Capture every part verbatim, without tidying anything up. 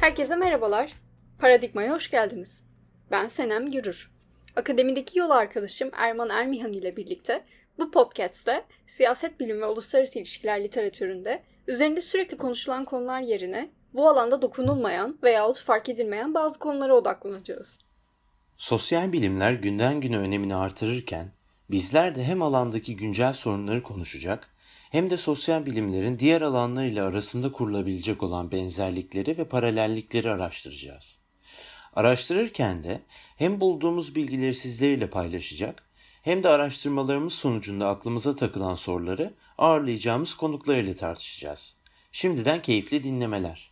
Herkese merhabalar. Paradigma'ya hoş geldiniz. Ben Senem Gürür. Akademideki yol arkadaşım Erman Ermihan ile birlikte bu podcast'te siyaset bilimi ve uluslararası ilişkiler literatüründe üzerinde sürekli konuşulan konular yerine bu alanda dokunulmayan veyahut fark edilmeyen bazı konulara odaklanacağız. Sosyal bilimler günden güne önemini artırırken bizler de hem alandaki güncel sorunları konuşacak hem de sosyal bilimlerin diğer alanlarıyla arasında kurulabilecek olan benzerlikleri ve paralellikleri araştıracağız. Araştırırken de hem bulduğumuz bilgileri sizlerle paylaşacak hem de araştırmalarımız sonucunda aklımıza takılan soruları ağırlayacağımız konuklar ile tartışacağız. Şimdiden keyifli dinlemeler.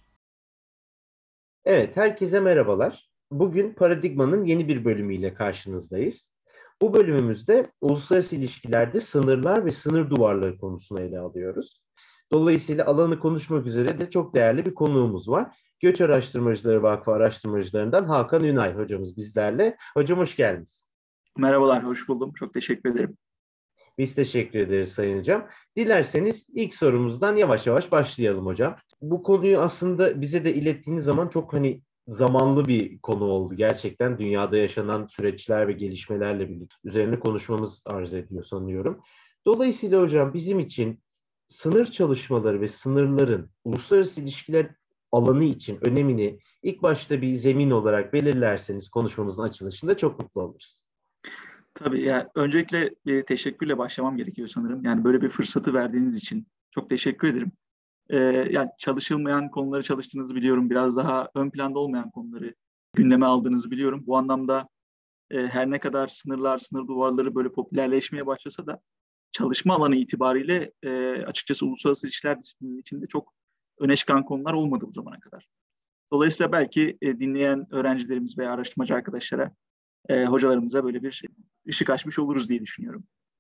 Evet, herkese merhabalar. Bugün Paradigma'nın yeni bir bölümüyle karşınızdayız. Bu bölümümüzde uluslararası ilişkilerde sınırlar ve sınır duvarları konusunu ele alıyoruz. Dolayısıyla alanı konuşmak üzere de çok değerli bir konuğumuz var. Göç Araştırmacıları Vakfı araştırmacılarından Hakan Ünay hocamız bizlerle. Hocam hoş geldiniz. Merhabalar, hoş buldum. Çok teşekkür ederim. Biz teşekkür ederiz Sayın Hocam. Dilerseniz ilk sorumuzdan yavaş yavaş başlayalım hocam. Bu konuyu aslında bize de ilettiğiniz zaman çok hani zamanlı bir konu oldu. Gerçekten dünyada yaşanan süreçler ve gelişmelerle birlikte üzerine konuşmamız arz ediyor sanıyorum. Dolayısıyla hocam bizim için sınır çalışmaları ve sınırların uluslararası ilişkiler alanı için önemini ilk başta bir zemin olarak belirlerseniz konuşmamızın açılışında çok mutlu oluruz. Tabii ya, öncelikle bir teşekkürle başlamam gerekiyor sanırım. Yani böyle bir fırsatı verdiğiniz için çok teşekkür ederim. Ee, yani çalışılmayan konuları çalıştığınızı biliyorum. Biraz daha ön planda olmayan konuları gündeme aldığınızı biliyorum. Bu anlamda e, her ne kadar sınırlar, sınır duvarları böyle popülerleşmeye başlasa da çalışma alanı itibariyle e, açıkçası uluslararası ilişkiler disiplinin içinde çok öne çıkan konular olmadı bu zamana kadar. Dolayısıyla belki e, dinleyen öğrencilerimiz veya araştırmacı arkadaşlara, e, hocalarımıza böyle bir şey, ışık açmış oluruz diye düşünüyorum.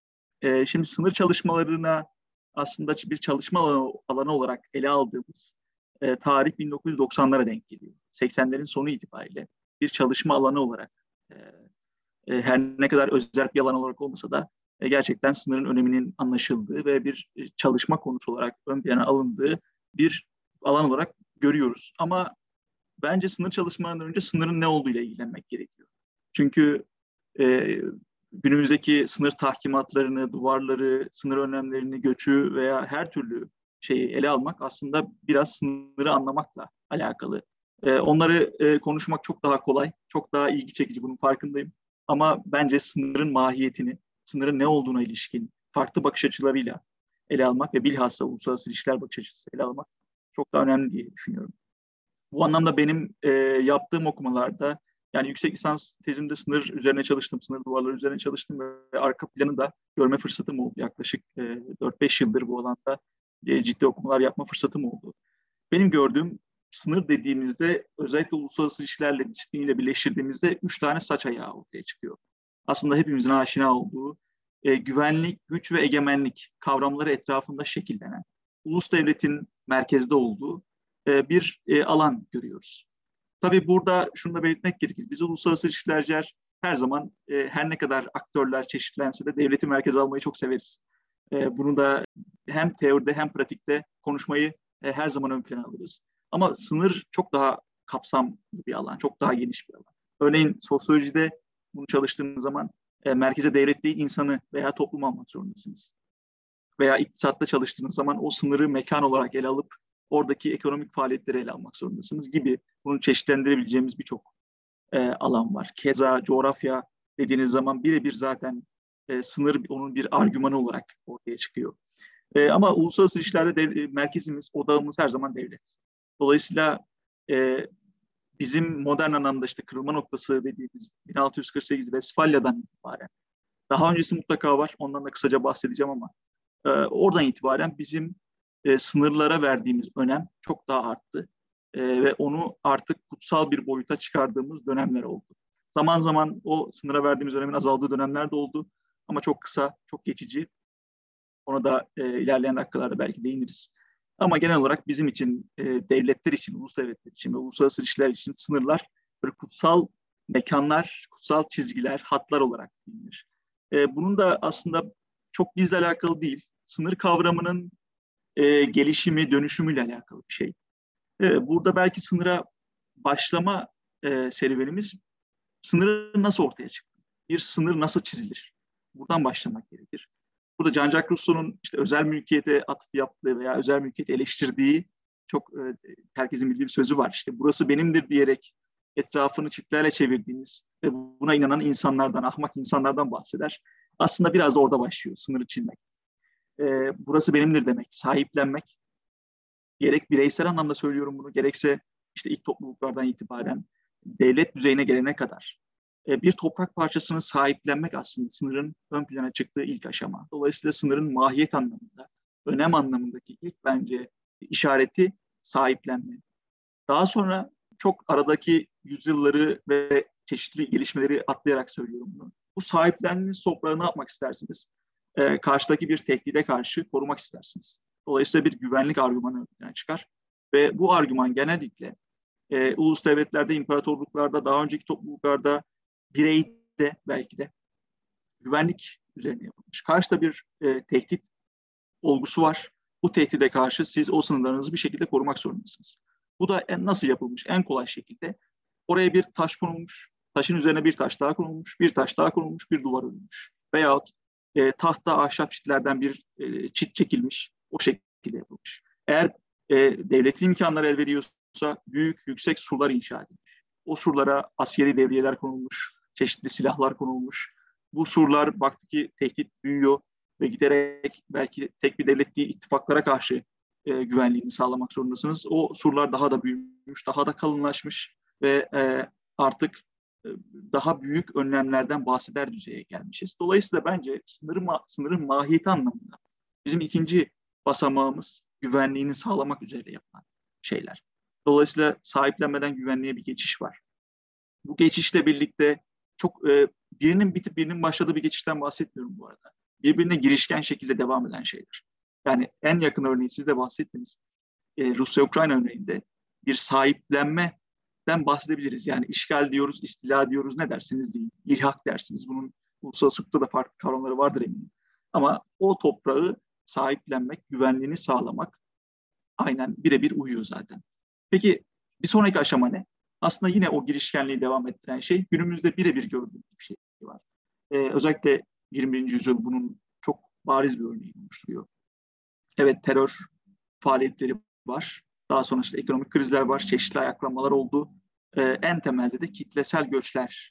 E, şimdi sınır çalışmalarına aslında bir çalışma alanı, alanı olarak ele aldığımız e, tarih bin dokuz yüz doksanlara denk geliyor. seksenlerin sonu itibariyle bir çalışma alanı olarak e, e, her ne kadar özel bir alan olarak olmasa da e, gerçekten sınırın öneminin anlaşıldığı ve bir e, çalışma konusu olarak ön plana alındığı bir alan olarak görüyoruz. Ama bence sınır çalışmalarından önce sınırın ne olduğuyla ilgilenmek gerekiyor. Çünkü e, günümüzdeki sınır tahkimatlarını, duvarları, sınır önlemlerini, göçü veya her türlü şeyi ele almak aslında biraz sınırı anlamakla alakalı. E, onları e, konuşmak çok daha kolay, çok daha ilgi çekici, bunun farkındayım. Ama bence sınırın mahiyetini, sınırın ne olduğuna ilişkin farklı bakış açılarıyla ele almak ve bilhassa uluslararası ilişkiler bakış açısı ele almak çok daha önemli diye düşünüyorum. Bu anlamda benim e, yaptığım okumalarda, yani yüksek lisans tezimde sınır üzerine çalıştım, sınır duvarları üzerine çalıştım ve arka planı da görme fırsatım oldu. Yaklaşık e, dört beş yıldır bu alanda e, ciddi okumalar yapma fırsatım oldu. Benim gördüğüm sınır dediğimizde özellikle uluslararası ilişkilerle, disipliniyle birleştirdiğimizde üç tane saç ayağı ortaya çıkıyor. Aslında hepimizin aşina olduğu e, güvenlik, güç ve egemenlik kavramları etrafında şekillenen, ulus devletin merkezde olduğu e, bir e, alan görüyoruz. Tabii burada şunu da belirtmek gerekir. Biz uluslararası ilişkilerciler her zaman e, her ne kadar aktörler çeşitlense de devleti merkeze almayı çok severiz. E, bunu da hem teoride hem pratikte konuşmayı e, her zaman ön plana alırız. Ama sınır çok daha kapsamlı bir alan, çok daha geniş bir alan. Örneğin sosyolojide bunu çalıştığınız zaman e, merkeze devlet değil insanı veya toplum almak zorundasınız. Veya iktisatta çalıştığınız zaman o sınırı mekan olarak ele alıp oradaki ekonomik faaliyetleri ele almak zorundasınız gibi bunu çeşitlendirebileceğimiz birçok e, alan var. Keza coğrafya dediğiniz zaman birebir zaten e, sınır onun bir argümanı olarak ortaya çıkıyor. E, ama uluslararası ilişkilerde dev, merkezimiz, odağımız her zaman devlet. Dolayısıyla e, bizim modern anlamda işte kırılma noktası dediğimiz bin altı yüz kırk sekiz Vesfalya'dan itibaren, daha öncesi mutlaka var, ondan da kısaca bahsedeceğim ama e, oradan itibaren bizim e, sınırlara verdiğimiz önem çok daha arttı. E, ve onu artık kutsal bir boyuta çıkardığımız dönemler oldu. Zaman zaman o sınıra verdiğimiz önemin azaldığı dönemler de oldu. Ama çok kısa, çok geçici. Ona da e, ilerleyen dakikalarda belki değiniriz. Ama genel olarak bizim için, e, devletler için, ulus devletler için ve uluslararası ilişkiler için sınırlar böyle kutsal mekanlar, kutsal çizgiler, hatlar olarak bilinir. E, bunun da aslında çok bizle alakalı değil. Sınır kavramının e, gelişimi, dönüşümüyle alakalı bir şey. E, burada belki sınıra başlama e, serüvenimiz sınırı nasıl ortaya çıktı? Bir sınır nasıl çizilir? Buradan başlamak gerekir. Burada Jean-Jacques Rousseau'nun işte özel mülkiyete atıf yaptığı veya özel mülkiyeti eleştirdiği çok e, herkesin bildiği bir sözü var. İşte burası benimdir diyerek etrafını çitlerle çevirdiğiniz ve buna inanan insanlardan, ahmak insanlardan bahseder. Aslında biraz da orada başlıyor sınırı çizmek. E, burası benimdir demek, sahiplenmek. Gerek bireysel anlamda söylüyorum bunu, gerekse işte ilk topluluklardan itibaren devlet düzeyine gelene kadar e, bir toprak parçasını sahiplenmek aslında sınırın ön plana çıktığı ilk aşama. Dolayısıyla sınırın mahiyet anlamında, önem anlamındaki ilk bence işareti sahiplenme. Daha sonra çok aradaki yüzyılları ve çeşitli gelişmeleri atlayarak söylüyorum bunu. Bu sahiplendiğiniz toprağı ne yapmak istersiniz? Ee, karşıdaki bir tehdide karşı korumak istersiniz. Dolayısıyla bir güvenlik argümanı öne çıkar. Ve bu argüman genellikle e, ulus devletlerde, imparatorluklarda, daha önceki topluluklarda, bireyde belki de güvenlik üzerine yapılmış. Karşıda bir e, tehdit olgusu var. Bu tehdide karşı siz o sınırlarınızı bir şekilde korumak zorundasınız. Bu da en, nasıl yapılmış? En kolay şekilde oraya bir taş konulmuş, taşın üzerine bir taş daha konulmuş, bir taş daha konulmuş, bir duvar örülmüş. Veyahut e, tahta, ahşap çitlerden bir e, çit çekilmiş, o şekilde yapılmış. Eğer e, devletin imkanları el veriyorsa büyük, yüksek surlar inşa edilmiş. O surlara askeri devriyeler konulmuş, çeşitli silahlar konulmuş. Bu surlar baktı ki tehdit büyüyor ve giderek belki tek bir devlet değil, ittifaklara karşı e, güvenliğini sağlamak zorundasınız. O surlar daha da büyümüş, daha da kalınlaşmış ve e, artık e, daha büyük önlemlerden bahseder düzeye gelmişiz. Dolayısıyla bence sınırın, sınırın mahiyeti anlamında bizim ikinci basamağımız güvenliğini sağlamak üzere yapılan şeyler. Dolayısıyla sahiplenmeden güvenliğe bir geçiş var. Bu geçişle birlikte çok e, birinin bitip birinin başladığı bir geçişten bahsetmiyorum bu arada. Birbirine girişken şekilde devam eden şeyler. Yani en yakın örneği siz de bahsettiniz. E, Rusya-Ukrayna örneğinde bir sahiplenmeden bahsedebiliriz. Yani işgal diyoruz, istila diyoruz, ne dersiniz deyin. İlhak dersiniz. Bunun uluslararası hukukta da farklı kavramları vardır eminim. Ama o toprağı sahiplenmek, güvenliğini sağlamak aynen birebir uyuyor zaten. Peki bir sonraki aşama ne? Aslında yine o girişkenliği devam ettiren şey günümüzde birebir gördüğümüz bir şey var. Ee, özellikle yirmi birinci yüzyıl bunun çok bariz bir örneği oluşturuyor. Evet, terör faaliyetleri var. Daha sonra işte ekonomik krizler var, çeşitli ayaklanmalar oldu. Ee, en temelde de kitlesel göçler.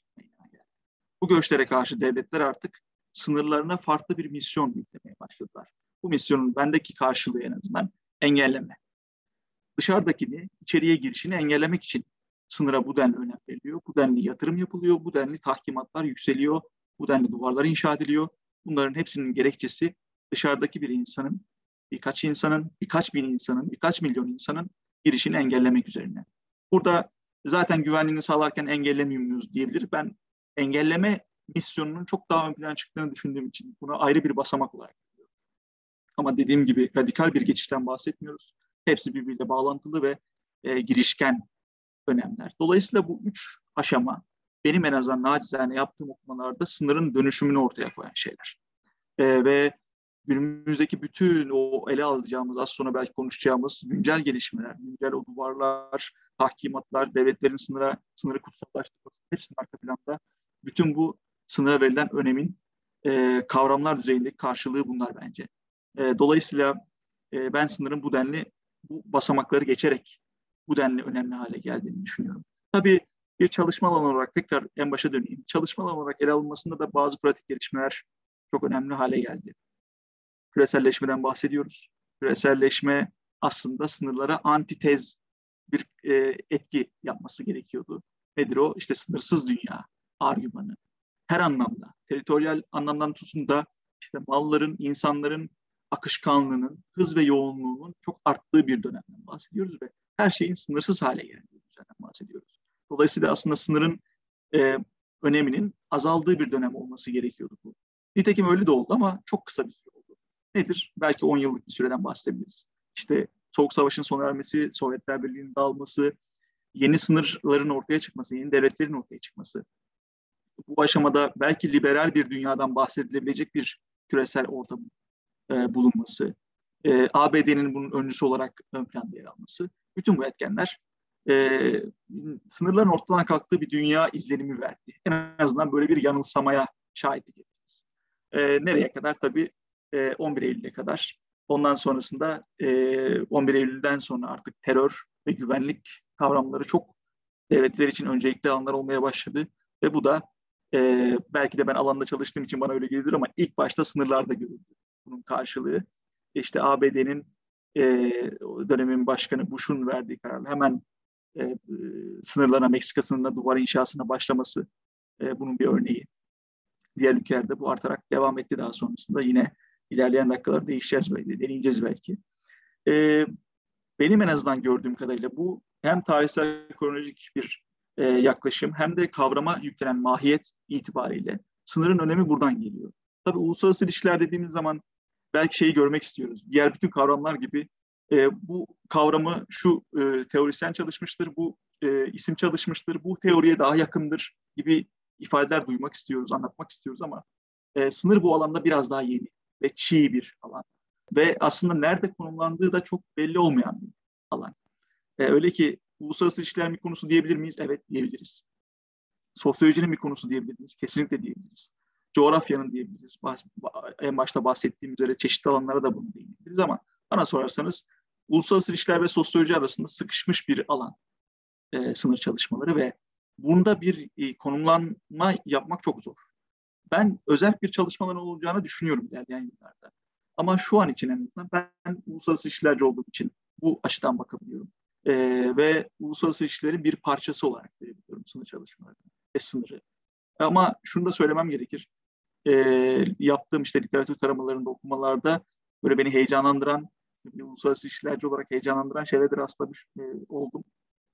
Bu göçlere karşı devletler artık sınırlarına farklı bir misyon yüklemeye başladılar. Bu misyonun bendeki karşılığı en azından engelleme. Dışarıdakini, içeriye girişini engellemek için sınıra bu denli önem veriliyor, bu denli yatırım yapılıyor, bu denli tahkimatlar yükseliyor, bu denli duvarlar inşa ediliyor. Bunların hepsinin gerekçesi dışarıdaki bir insanın, birkaç insanın, birkaç bin insanın, birkaç milyon insanın girişini engellemek üzerine. Burada zaten güvenliğini sağlarken engellemiyor muyuz diyebilir. Ben engelleme misyonunun çok daha ön plana çıktığını düşündüğüm için buna ayrı bir basamak olarak görüyorum. Ama dediğim gibi radikal bir geçişten bahsetmiyoruz. Hepsi birbiriyle bağlantılı ve e, girişken önemler. Dolayısıyla bu üç aşama benim en azından nacizane yaptığım okumalarda sınırın dönüşümünü ortaya koyan şeyler. E, ve günümüzdeki bütün o ele alacağımız, az sonra belki konuşacağımız güncel gelişmeler, güncel o duvarlar, tahkimatlar, devletlerin sınıra, sınırı kutsallaştırması, hepsinin arka planda bütün bu sınıra verilen önemin e, kavramlar düzeyindeki karşılığı bunlar bence. E, dolayısıyla e, ben sınırın bu denli, bu basamakları geçerek bu denli önemli hale geldiğini düşünüyorum. Tabii bir çalışma alanı olarak tekrar en başa döneyim. Çalışma alanı olarak ele alınmasında da bazı pratik gelişmeler çok önemli hale geldi. Küreselleşmeden bahsediyoruz. Küreselleşme aslında sınırlara antitez bir e, etki yapması gerekiyordu. Nedir o? İşte sınırsız dünya argümanı. Her anlamda, teritoryal anlamdan tutun da işte malların, insanların akışkanlığının, hız ve yoğunluğunun çok arttığı bir dönemden bahsediyoruz ve her şeyin sınırsız hale geldiği bir dönemden bahsediyoruz. Dolayısıyla aslında sınırın e, öneminin azaldığı bir dönem olması gerekiyordu bu. Nitekim öyle de oldu ama çok kısa bir süre oldu. Nedir? Belki on yıllık bir süreden bahsedebiliriz. İşte Soğuk Savaş'ın sona ermesi, Sovyetler Birliği'nin dağılması, yeni sınırların ortaya çıkması, yeni devletlerin ortaya çıkması. Bu aşamada belki liberal bir dünyadan bahsedilebilecek bir küresel ortam e, bulunması, e, A B D'nin bunun öncüsü olarak ön planda yer alması, bütün bu etkenler e, sınırların ortadan kalktığı bir dünya izlenimi verdi. En azından böyle bir yanılsamaya şahitlik ettiniz. E, nereye kadar? Tabii e, on bir Eylül'e kadar. Ondan sonrasında e, on bir Eylül'den sonra artık terör ve güvenlik kavramları çok devletler için öncelikli alanlar olmaya başladı. Ve bu da e, belki de ben alanda çalıştığım için bana öyle gelir ama ilk başta sınırlarda görüldü. Bunun karşılığı işte A B D'nin e, dönemin başkanı Bush'un verdiği kararla hemen e, sınırlarına, Meksika sınırına duvar inşasına başlaması e, bunun bir örneği. Diğer ülkelerde bu artarak devam etti daha sonrasında. Yine ilerleyen dakikalar değişeceğiz belki, deneyeceğiz belki. E, benim en azından gördüğüm kadarıyla bu hem tarihsel kronolojik bir e, yaklaşım hem de kavrama yüklenen mahiyet itibariyle sınırın önemi buradan geliyor. Tabii uluslararası ilişkiler dediğimiz zaman belki şeyi görmek istiyoruz. Diğer bütün kavramlar gibi e, bu kavramı şu e, teorisyen çalışmıştır, bu e, isim çalışmıştır, bu teoriye daha yakındır gibi ifadeler duymak istiyoruz, anlatmak istiyoruz ama e, sınır bu alanda biraz daha yeni ve çiğ bir alan. Ve aslında nerede konumlandığı da çok belli olmayan bir alan. E, öyle ki uluslararası ilişkiler bir konusu diyebilir miyiz? Evet diyebiliriz. Sosyolojinin bir konusu diyebilir miyiz? Kesinlikle diyebiliriz. Coğrafyanın diyebiliriz. En başta bahsettiğim üzere çeşitli alanlara da bunu değinebiliriz ama bana sorarsanız uluslararası ilişkiler ve sosyoloji arasında sıkışmış bir alan e, sınır çalışmaları ve bunda bir e, konumlanma yapmak çok zor. Ben özel bir çalışmaların olacağını düşünüyorum ilerleyen yıllarda. Ama şu an için en azından ben uluslararası ilişkilerci olduğum için bu açıdan bakabiliyorum. Ee, ve uluslararası ilişkilerin bir parçası olarak görebiliyorum sınır çalışmalarını ve sınırı. Ama şunu da söylemem gerekir. Ee, yaptığım işte literatür taramalarında, okumalarda böyle beni heyecanlandıran, bir uluslararası ilişkilerci olarak heyecanlandıran şeylerdir rastlamış e, oldum.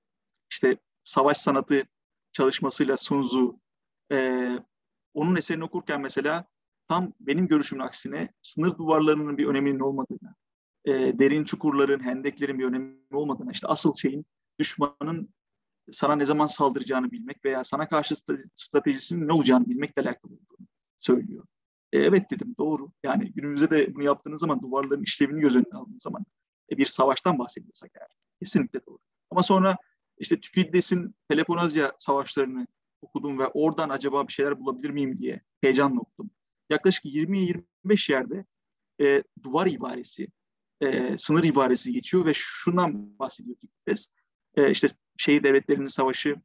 İşte savaş sanatı çalışmasıyla Sun Tzu, e, onun eserini okurken mesela tam benim görüşümün aksine sınır duvarlarının bir öneminin olmadığını, e, derin çukurların, hendeklerin bir önemi olmadığını, işte asıl şeyin düşmanın sana ne zaman saldıracağını bilmek veya sana karşı stratejisinin ne olacağını bilmekle alakalı olduğunu söylüyor. E, evet dedim, doğru. Yani günümüzde de bunu yaptığınız zaman, duvarların işlevini göz önüne aldığınız zaman e, bir savaştan bahsediyorsak eğer. Kesinlikle doğru. Ama sonra işte Tükidides'in Peloponezya savaşlarını okudum ve oradan acaba bir şeyler bulabilir miyim diye heyecanla okudum. Yaklaşık yirmi yirmi beş yerde e, duvar ibaresi, e, sınır ibaresi geçiyor ve şundan bahsediyor Tükidides. E, işte şehir devletlerinin savaşını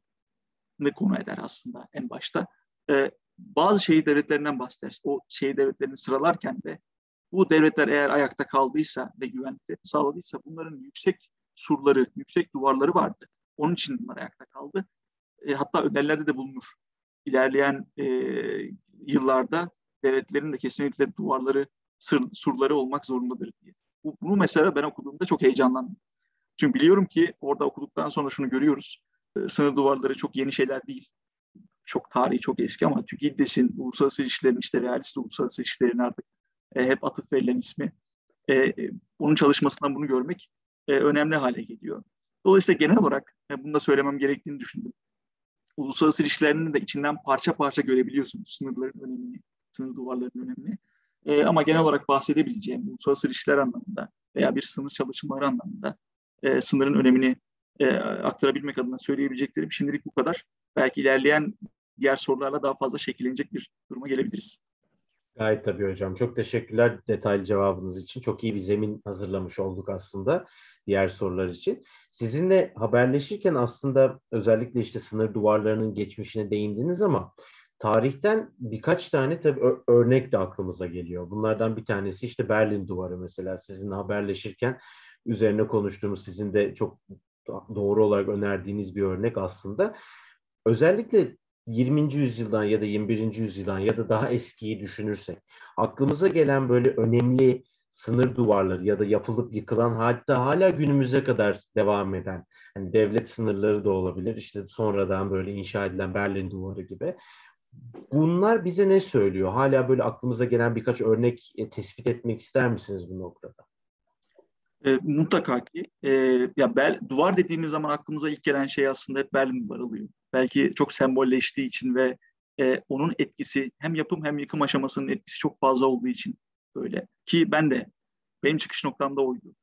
konu eder aslında en başta. E, bazı şehir devletlerinden bahseder. O şehir devletlerini sıralarken de bu devletler eğer ayakta kaldıysa ve güvenliklerini sağladıysa bunların yüksek surları, yüksek duvarları vardı. Onun için bunlar ayakta kaldı. E, hatta önerilerde de bulunur. İlerleyen e, yıllarda devletlerin de kesinlikle duvarları, sır, surları olmak zorundadır diye. Bu, bunu mesela ben okuduğumda çok heyecanlandım. Çünkü biliyorum ki orada okuduktan sonra şunu görüyoruz. E, sınır duvarları çok yeni şeyler değil. Çok tarihi, çok eski ama Tükidides'in uluslararası ilişkilerin, işte realist uluslararası ilişkilerin artık e, hep atıf verilen ismi. E, onun çalışmasından bunu görmek e, önemli hale geliyor. Dolayısıyla genel olarak e, bunu da söylemem gerektiğini düşündüm. Uluslararası ilişkilerini de içinden parça parça görebiliyorsunuz. Sınırların önemini, sınır duvarlarının önemini. E, ama genel olarak bahsedebileceğim uluslararası ilişkiler anlamında veya bir sınır çalışmaları anlamında e, sınırın önemini e, aktarabilmek adına söyleyebileceklerim şimdilik bu kadar. Belki ilerleyen diğer sorularla daha fazla şekillenecek bir duruma gelebiliriz. Gayet tabii hocam. Çok teşekkürler detaylı cevabınız için. Çok iyi bir zemin hazırlamış olduk aslında diğer sorular için. Sizinle haberleşirken aslında özellikle işte sınır duvarlarının geçmişine değindiniz ama tarihten birkaç tane tabii örnek de aklımıza geliyor. Bunlardan bir tanesi işte Berlin Duvarı mesela. Sizinle haberleşirken üzerine konuştuğumuz, sizin de çok doğru olarak önerdiğiniz bir örnek aslında. Özellikle yirminci yüzyıldan ya da yirmi birinci yüzyıldan ya da daha eskiyi düşünürsek aklımıza gelen böyle önemli sınır duvarları ya da yapılıp yıkılan, hatta hala günümüze kadar devam eden, hani devlet sınırları da olabilir, işte sonradan böyle inşa edilen Berlin Duvarı gibi. Bunlar bize ne söylüyor? Hala böyle aklımıza gelen birkaç örnek e, tespit etmek ister misiniz bu noktada? E, mutlaka ki. E, ya Bel, duvar dediğimiz zaman aklımıza ilk gelen şey aslında hep Berlin Duvarı oluyor. Belki çok sembolleştiği için ve e, onun etkisi hem yapım hem yıkım aşamasının etkisi çok fazla olduğu için böyle. Ki ben de, benim çıkış noktam da oydu.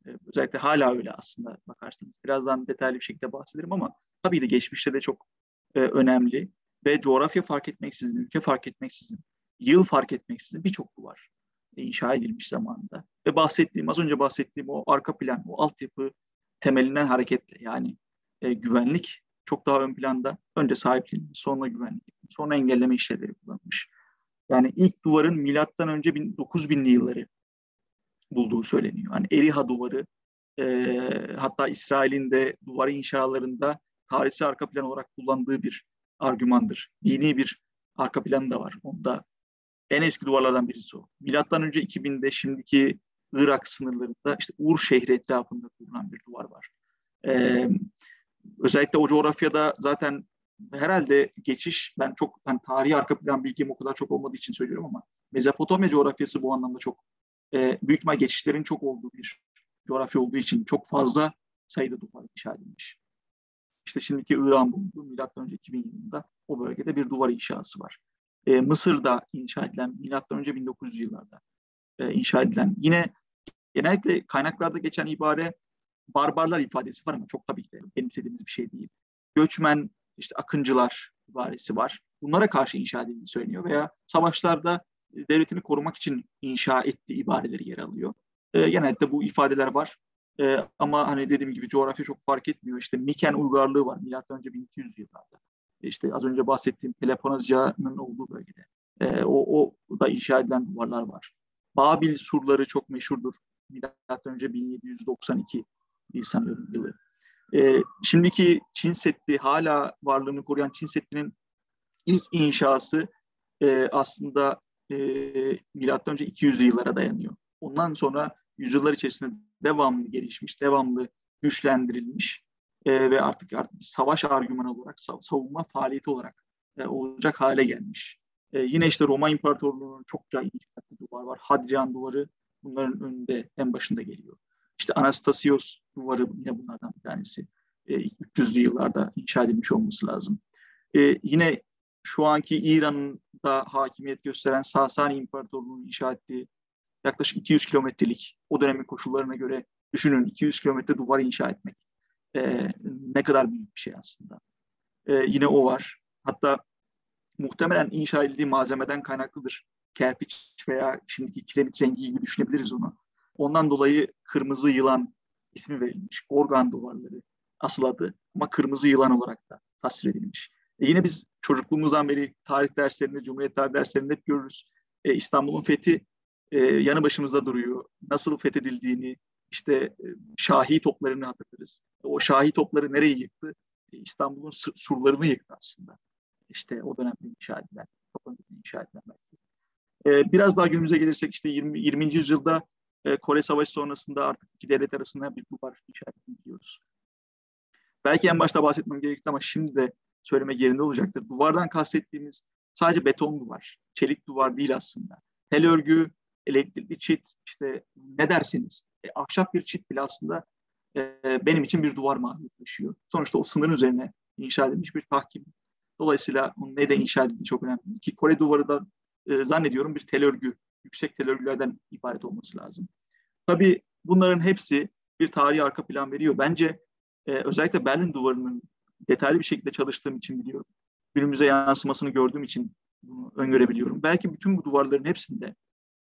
E, özellikle hala öyle aslında bakarsanız. Birazdan detaylı bir şekilde bahsederim ama tabii de geçmişte de çok e, önemli ve coğrafya fark etmeksizin, ülke fark etmeksizin, yıl fark etmeksizin birçok duvar inşa edilmiş zamanında. Ve bahsettiğim, az önce bahsettiğim o arka plan, o altyapı temelinden hareketle yani e, güvenlik çok daha ön planda. Önce sahipliğin, sonra güvenlik, sonra engelleme işlevleri kullanılmış. Yani ilk duvarın milattan önce dokuz binli yılları bulduğu söyleniyor. Yani Eriha duvarı, e, hatta İsrail'in de duvarı inşalarında tarihsel arka plan olarak kullandığı bir argümandır. Dini bir arka planı da var. Onda en eski duvarlardan birisi o. Milattan önce iki binde şimdiki Irak sınırlarında işte Ur şehri etrafında kurulan bir duvar var. Ee, özellikle o coğrafyada zaten herhalde geçiş, ben çok ben tarihi arka plan bilgim o kadar çok olmadığı için söylüyorum ama Mezopotamya coğrafyası bu anlamda çok e, büyük ihtimal geçişlerin çok olduğu bir coğrafya olduğu için çok fazla sayıda duvar inşa edilmiş. İşte şimdiki İran bulunduğu milattan önce iki bin yılında o bölgede bir duvar inşası var. Ee, Mısır'da inşa edilen milattan önce bin dokuz yüz yıllarda e, inşa edilen, yine genellikle kaynaklarda geçen ibare barbarlar ifadesi var ama çok tabii ki de benimsediğimiz bir şey değil. Göçmen, işte akıncılar ibaresi var. Bunlara karşı inşa edildiğini söyleniyor veya savaşlarda devletini korumak için inşa ettiği ibareleri yer alıyor. E, genellikle bu ifadeler var. E, ama hani dediğim gibi coğrafya çok fark etmiyor. İşte Miken uygarlığı var milattan önce bin iki yüz yıllarda. İşte az önce bahsettiğim Peloponezca'nın olduğu bölgede. E, o, o da inşa edilen duvarlar var. Babil surları çok meşhurdur. Milattan önce bin yedi yüz doksan iki sanıyorum yılı. E, şimdiki Çin Seddi, hala varlığını koruyan Çin Seddi'nin ilk inşası e, aslında e, milattan önce iki yüzlü yıllara dayanıyor. Ondan sonra yüzyıllar içerisinde devamlı gelişmiş, devamlı güçlendirilmiş e, ve artık artık bir savaş argümanı olarak, savunma faaliyeti olarak e, olacak hale gelmiş. E, yine işte Roma İmparatorluğu'nun çokça inşa ettiği duvar var. Hadrian duvarı bunların önünde, en başında geliyor. İşte Anastasios duvarı yine bunlardan bir tanesi. E, üç yüzlü yıllarda inşa edilmiş olması lazım. E, yine şu anki İran'da hakimiyet gösteren Sasani İmparatorluğu'nun inşa ettiği yaklaşık iki yüz kilometrelik, o dönemin koşullarına göre düşünün, iki yüz kilometre duvar inşa etmek. Ee, ne kadar büyük bir şey aslında. Ee, yine o var. Hatta muhtemelen inşa edildiği malzemeden kaynaklıdır. Kerpiç veya şimdiki kiremit rengi gibi düşünebiliriz onu. Ondan dolayı kırmızı yılan ismi verilmiş. Organ duvarları asıl adı ama kırmızı yılan olarak da tasvir edilmiş. E yine biz çocukluğumuzdan beri tarih derslerinde, Cumhuriyet tarih derslerinde hep görürüz. E, İstanbul'un fethi e, yanı başımızda duruyor. Nasıl fethedildiğini, işte e, Şahi toplarını hatırlarız. O Şahi topları nereyi yıktı? E, İstanbul'un surlarını yıktı aslında. İşte o dönemde inşa edilen, çok önemli inşa edilen belki. E, biraz daha günümüze gelirsek işte yirmi, yirminci yüzyılda e, Kore Savaşı sonrasında artık iki devlet arasında bir duvar inşa edildiğini biliyoruz. Belki en başta bahsetmem gerekti ama şimdi de söylemek yerinde olacaktır. Duvardan kastettiğimiz sadece beton duvar, çelik duvar değil aslında. Tel örgü, elektrikli çit, işte ne derseniz, e, ahşap bir çit bile aslında e, benim için bir duvar mahiyeti taşıyor. Sonuçta o sınırın üzerine inşa edilmiş bir tahkim. Dolayısıyla onun neden inşa edildiği çok önemli. Ki Kore duvarı da e, zannediyorum bir tel örgü, yüksek tel örgülerden ibaret olması lazım. Tabii bunların hepsi bir tarihi arka plan veriyor. Bence e, özellikle Berlin duvarının detaylı bir şekilde çalıştığım için biliyorum. Günümüze yansımasını gördüğüm için bunu öngörebiliyorum. Belki bütün bu duvarların hepsinde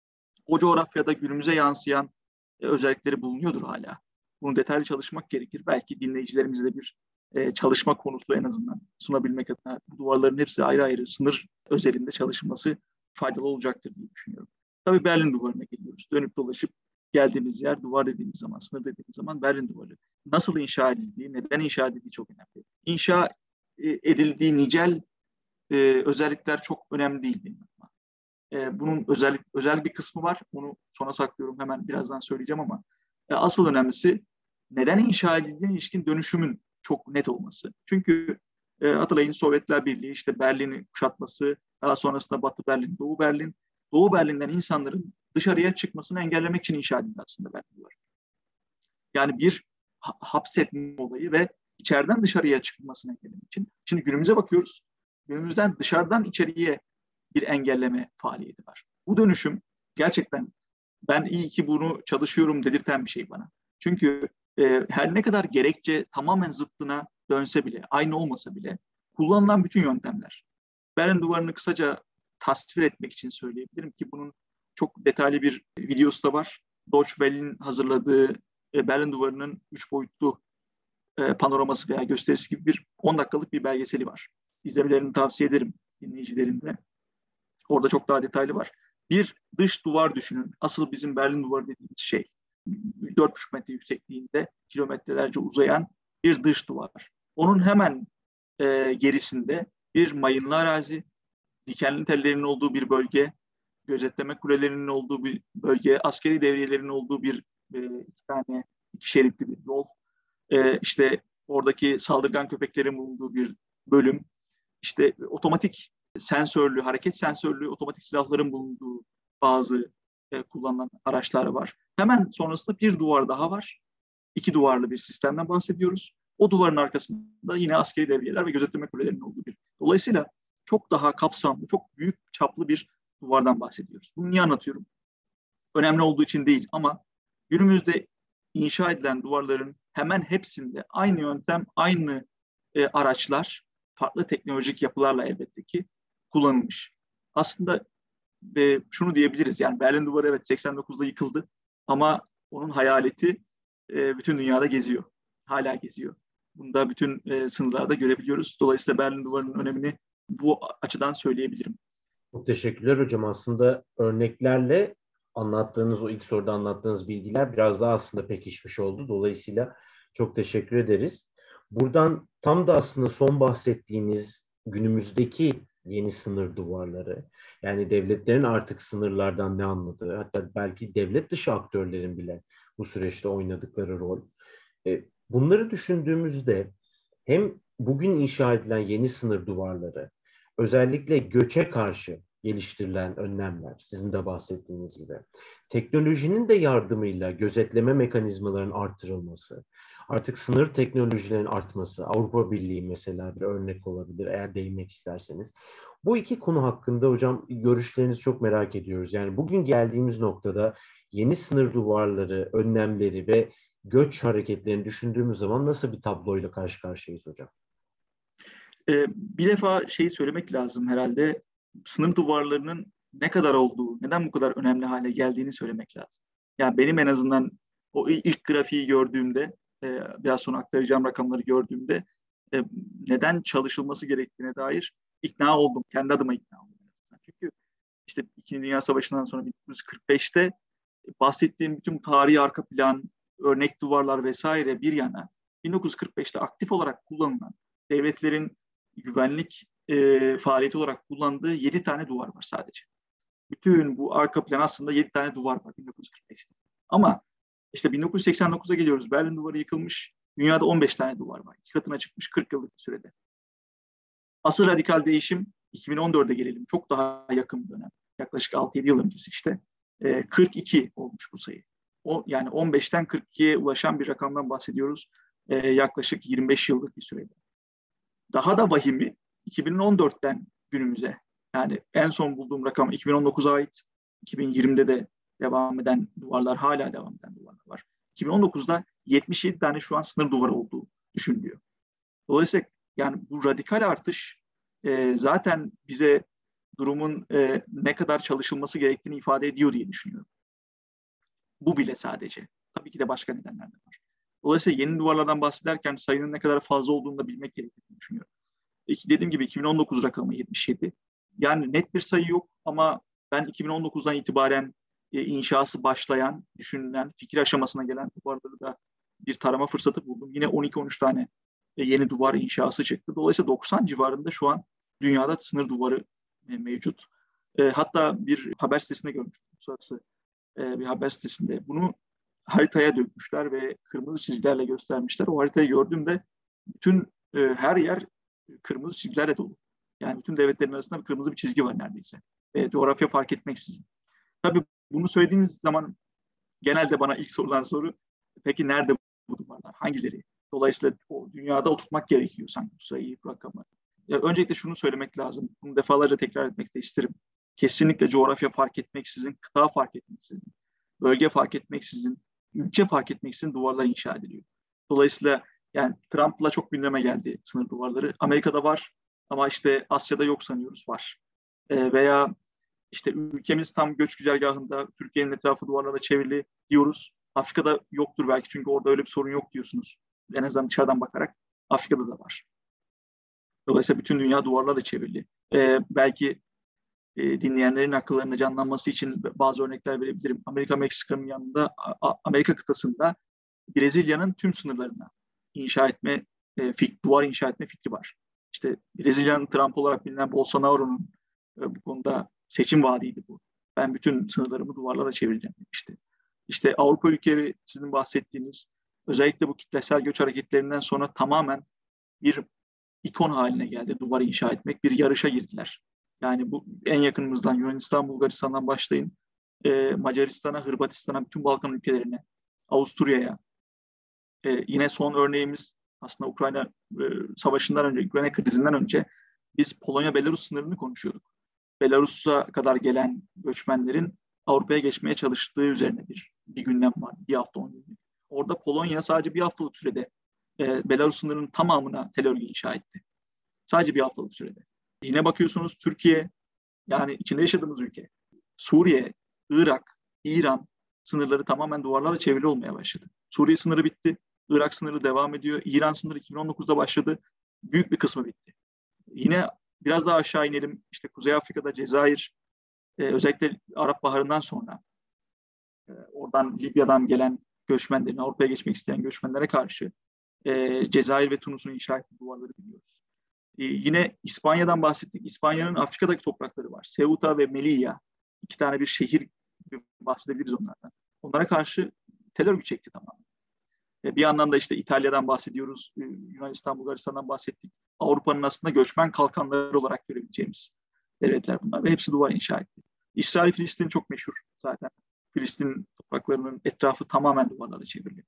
o coğrafyada günümüze yansıyan e, özellikleri bulunuyordur hala. Bunu detaylı çalışmak gerekir. Belki dinleyicilerimizle bir e, çalışma konusu en azından sunabilmek adına bu duvarların hepsi ayrı ayrı sınır özelinde çalışılması faydalı olacaktır diye düşünüyorum. Tabii Berlin duvarına geliyoruz. Dönüp dolaşıp geldiğimiz yer, duvar dediğimiz zaman, sınır dediğimiz zaman Berlin duvarı. Nasıl inşa edildiği, neden inşa edildiği çok önemli. İnşa edildiği nicel e, özellikler çok önemli değil benim adıma. E, bunun özellik, özel bir kısmı var. Onu sona saklıyorum, hemen birazdan söyleyeceğim ama e, asıl önemlisi neden inşa edildiğine ilişkin dönüşümün çok net olması. Çünkü e, hatırlayın Sovyetler Birliği, işte Berlin'i kuşatması, daha sonrasında Batı Berlin, Doğu Berlin. Doğu Berlin'den insanların dışarıya çıkmasını engellemek için inşa edildi aslında Berlin duvarı. Yani bir ha- hapsetme olayı ve içeriden dışarıya çıkmasını engellemek için. Şimdi günümüze bakıyoruz. Günümüzden dışarıdan içeriye bir engelleme faaliyeti var. Bu dönüşüm gerçekten ben iyi ki bunu çalışıyorum dedirten bir şey bana. Çünkü e, her ne kadar gerekçe tamamen zıttına dönse bile, aynı olmasa bile kullanılan bütün yöntemler. Berlin Duvarı'nı kısaca tasvir etmek için söyleyebilirim ki bunun çok detaylı bir videosu da var. Deutsche Welle'nin hazırladığı e, Berlin Duvarı'nın üç boyutlu e, panoraması veya gösterisi gibi bir on dakikalık bir belgeseli var. İzlemelerini tavsiye ederim dinleyicilerin de. Orada çok daha detaylı var. Bir dış duvar düşünün. Asıl bizim Berlin Duvarı dediğimiz şey. dört buçuk metre yüksekliğinde kilometrelerce uzayan bir dış duvar. Onun hemen e, gerisinde bir mayınlı arazi, dikenli tellerinin olduğu bir bölge, gözetleme kulelerinin olduğu bir bölge, askeri devriyelerin olduğu bir e, iki tane iki şeritli bir yol, e, işte oradaki saldırgan köpeklerin bulunduğu bir bölüm, işte otomatik sensörlü, hareket sensörlü otomatik silahların bulunduğu bazı e, kullanılan araçlar var. Hemen sonrasında bir duvar daha var. İki duvarlı bir sistemden bahsediyoruz. O duvarın arkasında yine askeri devriyeler ve gözetleme kulelerinin olduğu bir. Dolayısıyla çok daha kapsamlı, çok büyük çaplı bir duvardan bahsediyoruz. Bunu niye anlatıyorum? Önemli olduğu için değil ama günümüzde inşa edilen duvarların hemen hepsinde aynı yöntem, aynı e, araçlar, farklı teknolojik yapılarla elbette ki kullanılmış. Aslında e, şunu diyebiliriz, yani Berlin Duvarı evet seksen dokuzda yıkıldı ama onun hayaleti e, bütün dünyada geziyor. Hala geziyor. Bunu da bütün e, sınırlarda görebiliyoruz. Dolayısıyla Berlin Duvarı'nın önemini bu açıdan söyleyebilirim. Çok teşekkürler hocam. Aslında örneklerle anlattığınız, o ilk soruda anlattığınız bilgiler biraz daha aslında pekişmiş oldu. Dolayısıyla çok teşekkür ederiz. Buradan tam da aslında son bahsettiğiniz günümüzdeki yeni sınır duvarları, yani devletlerin artık sınırlardan ne anladığı, hatta belki devlet dışı aktörlerin bile bu süreçte oynadıkları rol. Bunları düşündüğümüzde hem bugün inşa edilen yeni sınır duvarları, özellikle göçe karşı geliştirilen önlemler, sizin de bahsettiğiniz gibi, teknolojinin de yardımıyla gözetleme mekanizmalarının artırılması, artık sınır teknolojilerin artması, Avrupa Birliği mesela bir örnek olabilir eğer değinmek isterseniz. Bu iki konu hakkında hocam görüşlerinizi çok merak ediyoruz. Yani bugün geldiğimiz noktada yeni sınır duvarları, önlemleri ve göç hareketlerini düşündüğümüz zaman nasıl bir tabloyla karşı karşıyayız hocam? Ee, bir defa şeyi söylemek lazım herhalde. Sınır duvarlarının ne kadar olduğu, neden bu kadar önemli hale geldiğini söylemek lazım. Yani benim en azından o ilk grafiği gördüğümde, e, biraz sonra aktaracağım rakamları gördüğümde e, neden çalışılması gerektiğine dair ikna oldum. Kendi adıma ikna oldum. Çünkü işte İkinci Dünya Savaşı'ndan sonra bin dokuz yüz kırk beşte bahsettiğim bütün tarihi arka plan, örnek duvarlar vesaire bir yana, bin dokuz yüz kırk beşte aktif olarak kullanılan devletlerin güvenlik e, faaliyeti olarak kullandığı yedi tane duvar var sadece. Bütün bu arka plan aslında yedi tane duvar var bin dokuz yüz kırk beşte. Ama işte bin dokuz yüz seksen dokuza geliyoruz. Berlin Duvarı yıkılmış. Dünyada on beş tane duvar var. İki katına çıkmış kırk yıllık bir sürede. Asıl radikal değişim iki bin on dörde gelelim. Çok daha yakın bir dönem. Yaklaşık altı yedi yıl öncesi işte. E, kırk iki olmuş bu sayı. O, yani on beşten kırk ikiye ulaşan bir rakamdan bahsediyoruz. E, yaklaşık yirmi beş yıllık bir sürede. Daha da vahimi iki bin on dörtten günümüze. Yani en son bulduğum rakam iki bin on dokuza ait. iki bin yirmide de devam eden duvarlar, hala devam eden duvarlar var. iki bin on dokuzda yetmiş yedi tane şu an sınır duvarı olduğu düşünülüyor. Dolayısıyla yani bu radikal artış e, zaten bize durumun e, ne kadar çalışılması gerektiğini ifade ediyor diye düşünüyorum. Bu bile sadece. Tabii ki de başka nedenler de var. Dolayısıyla yeni duvarlardan bahsederken sayının ne kadar fazla olduğunu da bilmek gerektiğini düşünüyorum. İki, dediğim gibi iki bin on dokuz rakamı yetmiş yedi. Yani net bir sayı yok ama ben iki bin on dokuzdan itibaren e, inşası başlayan, düşünülen, fikir aşamasına gelen duvarları da bir tarama fırsatı buldum. Yine on iki on üç tane e, yeni duvar inşası çıktı. Dolayısıyla doksan civarında şu an dünyada sınır duvarı e, mevcut. E, hatta bir haber sitesinde görmüştüm. Uluslararası e, bir haber sitesinde. Bunu haritaya dökmüşler ve kırmızı çizgilerle göstermişler. O haritayı gördüğümde bütün e, her yer kırmızı çizgilerle dolu. Yani bütün devletlerin arasında bir kırmızı bir çizgi var neredeyse. E, coğrafya fark etmeksizin. Tabii bunu söylediğimiz zaman genelde bana ilk sorulan soru, peki nerede bu duvarlar? Hangileri? Dolayısıyla o dünyada oturtmak gerekiyor sanki bu sayıyı, bu rakamı. Ya, öncelikle şunu söylemek lazım. Bunu defalarca tekrar etmek de isterim. Kesinlikle coğrafya fark etmeksizin, kıta fark etmeksizin, bölge fark etmeksizin ülke fark etmeksizin duvarlar inşa ediliyor. Dolayısıyla yani Trump'la çok gündeme geldi sınır duvarları. Amerika'da var ama işte Asya'da yok sanıyoruz, var. E, veya işte ülkemiz tam göç güzergahında, Türkiye'nin etrafı duvarlarla çevrili diyoruz. Afrika'da yoktur belki çünkü orada öyle bir sorun yok diyorsunuz. En azından dışarıdan bakarak Afrika'da da var. Dolayısıyla bütün dünya duvarlarla çevrili. Ee, belki e, dinleyenlerin akıllarına canlanması için bazı örnekler verebilirim. Amerika-Meksika'nın yanında, A- Amerika kıtasında Brezilya'nın tüm sınırlarına inşa etme, e, fik- duvar inşa etme fikri var. İşte Brezilya'nın Trump olarak bilinen Bolsonaro'nun e, bu konuda seçim vaadiydi bu. Ben bütün sınırlarımı duvarlara çevireceğim demişti. İşte Avrupa ülkeleri sizin bahsettiğiniz özellikle bu kitlesel göç hareketlerinden sonra tamamen bir ikon haline geldi duvar inşa etmek. Bir yarışa girdiler. Yani bu en yakınımızdan Yunanistan, Bulgaristan'dan başlayın. E, Macaristan'a, Hırvatistan'a, bütün Balkan ülkelerine, Avusturya'ya. E, yine son örneğimiz aslında Ukrayna e, savaşından önce, Ukrayna krizinden önce biz Polonya-Belarus sınırını konuşuyorduk. Belarus'a kadar gelen göçmenlerin Avrupa'ya geçmeye çalıştığı üzerine bir, bir gündem var. Bir hafta on gün. Orada Polonya sadece bir haftalık sürede e, Belarus sınırının tamamına tel örgü inşa etti. Sadece bir haftalık sürede. Yine bakıyorsunuz Türkiye, yani içinde yaşadığımız ülke, Suriye, Irak, İran sınırları tamamen duvarlarla çevrili olmaya başladı. Suriye sınırı bitti, Irak sınırı devam ediyor, İran sınırı iki bin on dokuzda başladı, büyük bir kısmı bitti. Yine biraz daha aşağı inelim, işte Kuzey Afrika'da Cezayir, e, özellikle Arap Baharı'ndan sonra e, oradan Libya'dan gelen göçmenlerin, Avrupa'ya geçmek isteyen göçmenlere karşı e, Cezayir ve Tunus'un inşa ettiği duvarları biliyoruz. Ee, yine İspanya'dan bahsettik. İspanya'nın Afrika'daki toprakları var. Ceuta ve Melilla. İki tane bir şehir bahsedebiliriz onlardan. Onlara karşı tel örgü çekti tamamen. Ee, bir yandan da işte İtalya'dan bahsediyoruz. Ee, Yunanistan, Bulgaristan'dan bahsettik. Avrupa'nın aslında göçmen kalkanları olarak görebileceğimiz devletler bunlar. Ve hepsi duvar inşa etti. İsrail, Filistin çok meşhur zaten. Filistin topraklarının etrafı tamamen duvarlarla çevrili.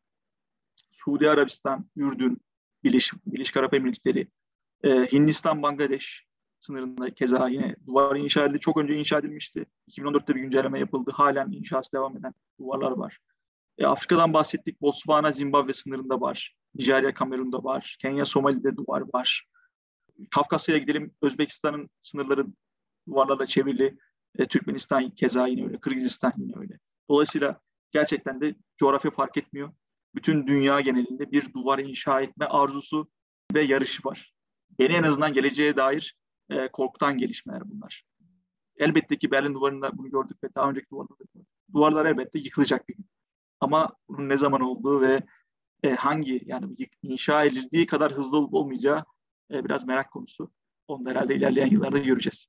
Suudi Arabistan, Ürdün, Birleşik, Birleşik Arap Emirlikleri, Ee, Hindistan, Bangladeş sınırında keza yine duvar inşa edildi. Çok önce inşa edilmişti. iki bin on dörtte bir güncelleme yapıldı. Halen inşası devam eden duvarlar var. E, Afrika'dan bahsettik. Botswana, Zimbabwe sınırında var. Nijerya, Kamerun'da var. Kenya, Somali'de duvar var. Kafkasya'ya gidelim. Özbekistan'ın sınırları duvarlarla çevrili. E, Türkmenistan keza yine öyle. Kırgızistan yine öyle. Dolayısıyla gerçekten de coğrafya fark etmiyor. Bütün dünya genelinde bir duvar inşa etme arzusu ve yarışı var. Beni en azından geleceğe dair e, korkutan gelişmeler bunlar. Elbette ki Berlin Duvarı'nda bunu gördük ve daha önceki duvarlarda da gördük. Duvarlar elbette yıkılacak bir gün. Ama bunun ne zaman olduğu ve e, hangi yani inşa edildiği kadar hızlı olup olmayacağı e, biraz merak konusu. Onu da herhalde ilerleyen yıllarda göreceğiz.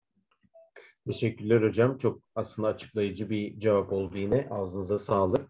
Teşekkürler hocam. Çok aslında açıklayıcı bir cevap oldu yine. Ağzınıza sağlık.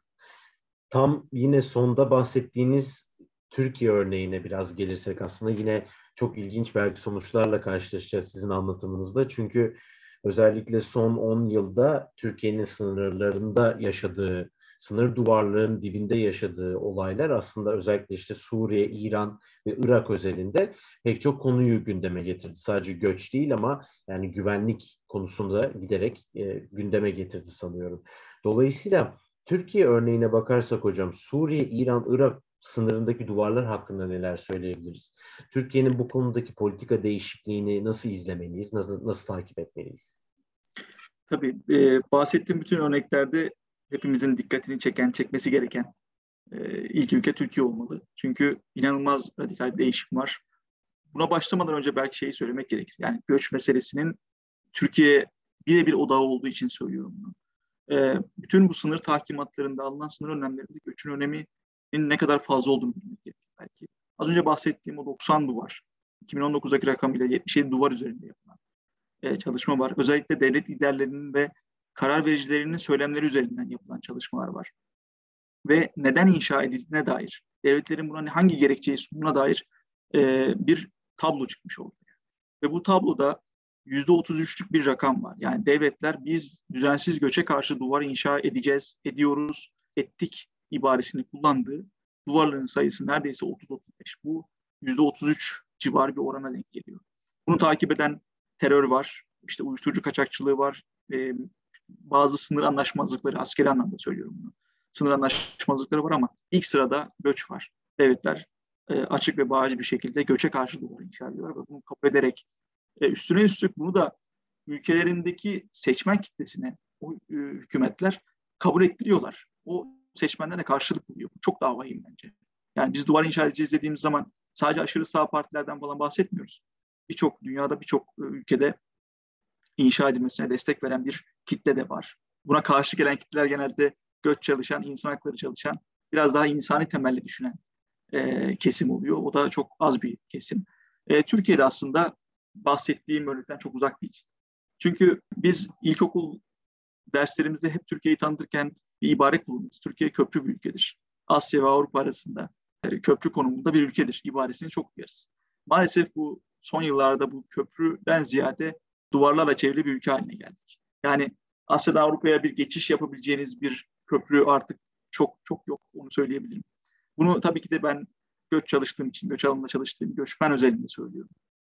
Tam yine sonda bahsettiğiniz Türkiye örneğine biraz gelirsek aslında yine çok ilginç belki sonuçlarla karşılaşacağız sizin anlatımınızda. Çünkü özellikle son on yılda Türkiye'nin sınırlarında yaşadığı, sınır duvarlarının dibinde yaşadığı olaylar aslında özellikle işte Suriye, İran ve Irak özelinde pek çok konuyu gündeme getirdi. Sadece göç değil ama yani güvenlik konusunda giderek e, gündeme getirdi sanıyorum. Dolayısıyla Türkiye örneğine bakarsak hocam Suriye, İran, Irak sınırındaki duvarlar hakkında neler söyleyebiliriz? Türkiye'nin bu konudaki politika değişikliğini nasıl izlemeliyiz, nasıl, nasıl takip etmeliyiz? Tabii e, bahsettiğim bütün örneklerde hepimizin dikkatini çeken, çekmesi gereken e, ilk ülke Türkiye olmalı. Çünkü inanılmaz radikal bir değişim var. Buna başlamadan önce belki şeyi söylemek gerekir. Yani göç meselesinin Türkiye birebir odağı olduğu için söylüyorum bunu. E, bütün bu sınır tahkimatlarında alınan sınır önlemlerinde göçün öneminin ne kadar fazla olduğunu bilmek gerekir belki. Az önce bahsettiğim o doksan duvar, iki bin on dokuzdaki rakamıyla yetmiş yedi duvar üzerinde yapılan e, çalışma var. Özellikle devlet liderlerinin ve karar vericilerinin söylemleri üzerinden yapılan çalışmalar var. Ve neden inşa edildiğine dair, devletlerin buna hangi gerekçeyi sunduğuna dair e, bir tablo çıkmış oldu. Ve bu tabloda yüzde otuz üçlük bir rakam var. Yani devletler biz düzensiz göçe karşı duvar inşa edeceğiz, ediyoruz, ettik ibaresini kullandığı duvarların sayısı neredeyse otuz otuz beş. Bu yüzde otuz üç civarı bir orana denk geliyor. Bunu takip eden terör var, işte uyuşturucu kaçakçılığı var, e, bazı sınır anlaşmazlıkları, askeri anlamda söylüyorum bunu. sınır anlaşmazlıkları var ama ilk sırada göç var. Devletler e, açık ve bariz bir şekilde göçe karşı duvar inşa ediyorlar ve bunu kabul ederek e, üstüne üstlük bunu da ülkelerindeki seçmen kitlesine o e, hükümetler kabul ettiriyorlar. O seçmenlere karşılık buluyor. Bu çok daha vahim bence. Yani biz duvar inşa edeceğiz dediğimiz zaman sadece aşırı sağ partilerden falan bahsetmiyoruz. Birçok dünyada birçok e, ülkede inşa edilmesine destek veren bir kitle de var. Buna karşı gelen kitleler genelde göç çalışan, insan hakları çalışan, biraz daha insani temelli düşünen e, kesim oluyor. O da çok az bir kesim. E, Türkiye'de aslında bahsettiğim örnekten çok uzak değil. Çünkü biz ilkokul derslerimizde hep Türkiye'yi tanıtırken bir ibare kullanırız. Türkiye köprü bir ülkedir. Asya ve Avrupa arasında e, köprü konumunda bir ülkedir. İbaresini çok duyarız. Maalesef bu son yıllarda bu köprüden ziyade duvarlarla çevrili bir ülke haline geldik. Yani Asya'dan Avrupa'ya bir geçiş yapabileceğiniz bir köprü artık çok çok yok, onu söyleyebilirim. Bunu tabii ki de ben göç çalıştığım için, göç alanında çalıştığım göçmen özelinde söylüyorum.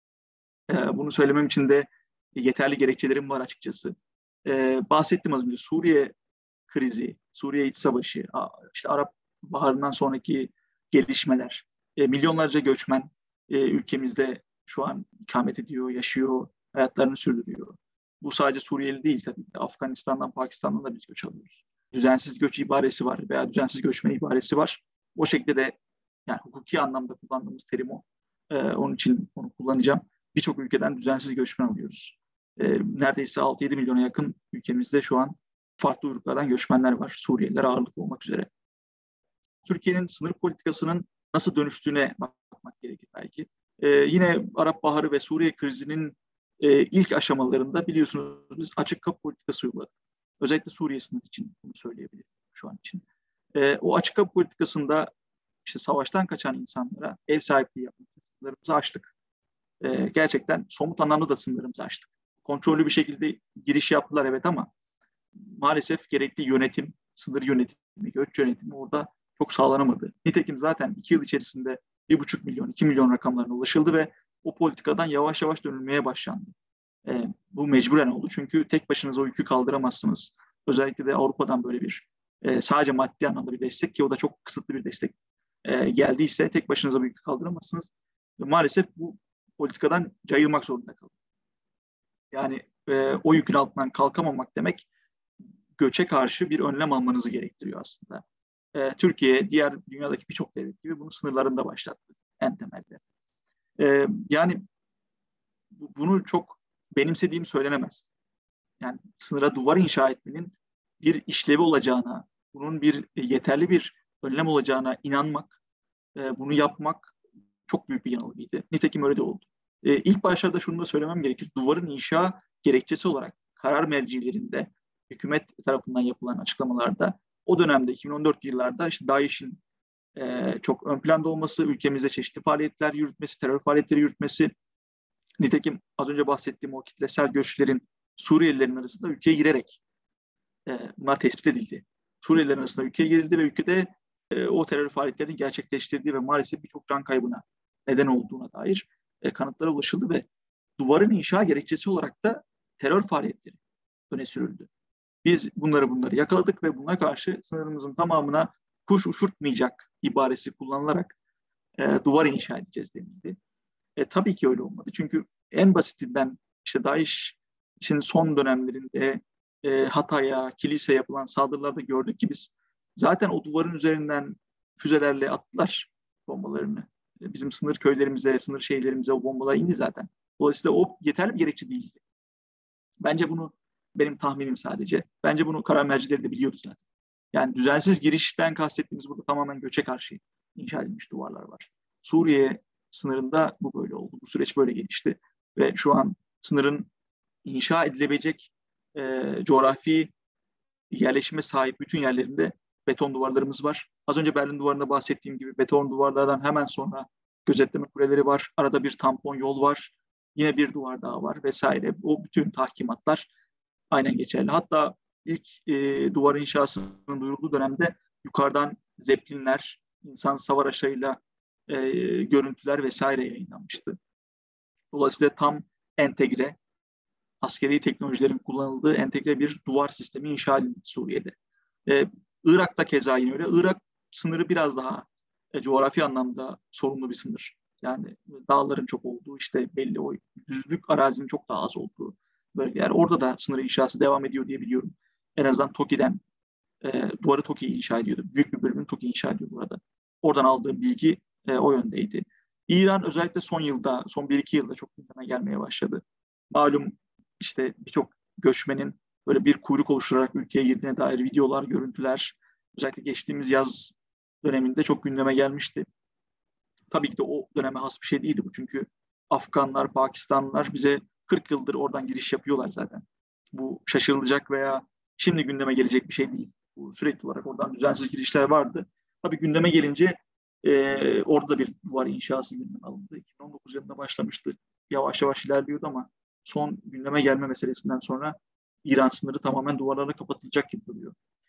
Ee, bunu söylemem için de yeterli gerekçelerim var açıkçası. Ee, bahsettim az önce Suriye krizi, Suriye iç savaşı, işte Arap Baharı'ndan sonraki gelişmeler, e, milyonlarca göçmen e, ülkemizde şu an ikamet ediyor, yaşıyor, hayatlarını sürdürüyor. Bu sadece Suriyeli değil tabii. Afganistan'dan, Pakistan'dan da biz göç alıyoruz. Düzensiz göç ibaresi var veya düzensiz göçmen ibaresi var. O şekilde de yani hukuki anlamda kullandığımız terim o. Ee, onun için onu kullanacağım. Birçok ülkeden düzensiz göçmen alıyoruz. Ee, neredeyse altı yedi milyona yakın ülkemizde şu an farklı uyruklardan göçmenler var. Suriyeliler ağırlıklı olmak üzere. Türkiye'nin sınır politikasının nasıl dönüştüğüne bakmak gerekir belki. Ee, yine Arap Baharı ve Suriye krizinin e, ilk aşamalarında biliyorsunuz biz açık kapı politikası uyguladık. Özellikle Suriye sınırı için bunu söyleyebilirim şu an için. E, o açık kapı politikasında işte savaştan kaçan insanlara ev sahipliği yapmak sınırlarımızı açtık. E, gerçekten somut anlamda da sınırlarımızı açtık. Kontrollü bir şekilde giriş yaptılar evet ama maalesef gerekli yönetim, sınır yönetimi, göç yönetimi orada çok sağlanamadı. Nitekim zaten iki yıl içerisinde bir buçuk milyon, iki milyon rakamlarına ulaşıldı ve o politikadan yavaş yavaş dönülmeye başlandı. E, bu mecburen oldu çünkü tek başınıza o yükü kaldıramazsınız. Özellikle de Avrupa'dan böyle bir e, sadece maddi anlamda bir destek ki o da çok kısıtlı bir destek e, geldiyse tek başınıza bu yükü kaldıramazsınız. Ve maalesef bu politikadan cayılmak zorunda kaldı. Yani e, o yükün altından kalkamamak demek göçe karşı bir önlem almanızı gerektiriyor aslında. E, Türkiye diğer dünyadaki birçok devlet gibi bunu sınırlarında başlattı en temelde. E, yani bu, bunu çok benimsediğim söylenemez. Yani sınıra duvar inşa etmenin bir işlevi olacağına, bunun bir yeterli bir önlem olacağına inanmak, e, bunu yapmak çok büyük bir yanılgıydı. Nitekim öyle de oldu. E, ilk başlarda şunu da söylemem gerekir. Duvarın inşa gerekçesi olarak karar mercilerinde hükümet tarafından yapılan açıklamalarda o dönemde iki bin on dört yıllarda işte DAEŞ'in e, çok ön planda olması, ülkemizde çeşitli faaliyetler yürütmesi, terör faaliyetleri yürütmesi, nitekim az önce bahsettiğim o kitlesel göçlerin Suriyelilerin arasında ülkeye girerek e, bunlar tespit edildi. Suriyelilerin arasında ülkeye girildi ve ülkede e, o terör faaliyetlerini gerçekleştirdiği ve maalesef birçok can kaybına neden olduğuna dair e, kanıtlara ulaşıldı ve duvarın inşa gerekçesi olarak da terör faaliyetleri öne sürüldü. Biz bunları bunları yakaladık ve buna karşı sınırımızın tamamına kuş uçurtmayacak ibaresi kullanılarak e, duvar inşa edeceğiz denildi. E, tabii ki öyle olmadı. Çünkü en basitinden işte DAEŞ'in son dönemlerinde e, Hatay'a, kiliseye yapılan saldırılarda gördük ki biz zaten o duvarın üzerinden füzelerle attılar bombalarını. E, bizim sınır köylerimize, sınır şehirlerimize o bombalar indi zaten. Dolayısıyla o yeterli bir gerekçe değildi. Bence bunu, benim tahminim sadece, bence bunu karar mercileri de biliyordu zaten. Yani düzensiz girişten kastettiğimiz burada tamamen göçe karşı inşa edilmiş duvarlar var. Suriye sınırında bu böyle oldu. Bu süreç böyle gelişti. Ve şu an sınırın inşa edilebilecek e, coğrafi yerleşime sahip bütün yerlerinde beton duvarlarımız var. Az önce Berlin Duvarı'nda bahsettiğim gibi beton duvarlardan hemen sonra gözetleme kuleleri var. Arada bir tampon yol var. Yine bir duvar daha var vesaire. O bütün tahkimatlar aynen geçerli. Hatta ilk e, duvar inşasının duyurulduğu dönemde yukarıdan zeplinler, insan savar araçlarıyla e, görüntüler vesaire yayınlanmıştı. Dolayısıyla tam entegre, askeri teknolojilerin kullanıldığı entegre bir duvar sistemi inşa edildi Suriye'de. E, Irak'ta keza yine öyle. Irak sınırı biraz daha e, coğrafi anlamda sorunlu bir sınır. Yani dağların çok olduğu, işte belli o düzlük arazinin çok daha az olduğu bölgeler. Orada da sınır inşası devam ediyor diye biliyorum. En azından TOKİ'den e, duvarı TOKİ inşa ediyordu. Büyük bir bölümünü TOKİ inşa ediyor burada. Oradan aldığım bilgi e, o yöndeydi. İran özellikle son yılda, son bir iki yılda çok gündeme gelmeye başladı. Malum işte birçok göçmenin böyle bir kuyruk oluşturarak ülkeye girdiğine dair videolar, görüntüler özellikle geçtiğimiz yaz döneminde çok gündeme gelmişti. Tabii ki de o döneme has bir şey değildi bu. Çünkü Afganlar, Pakistanlılar bize kırk yıldır oradan giriş yapıyorlar zaten. Bu şaşırılacak veya şimdi gündeme gelecek bir şey değil. Bu sürekli olarak oradan düzensiz girişler vardı. Tabii gündeme gelince e, orada bir duvar inşası gündeme alındı. iki bin on dokuz yılında başlamıştı. Yavaş yavaş ilerliyordu ama son gündeme gelme meselesinden sonra İran sınırı tamamen duvarlarla kapatılacak gibi duruyor.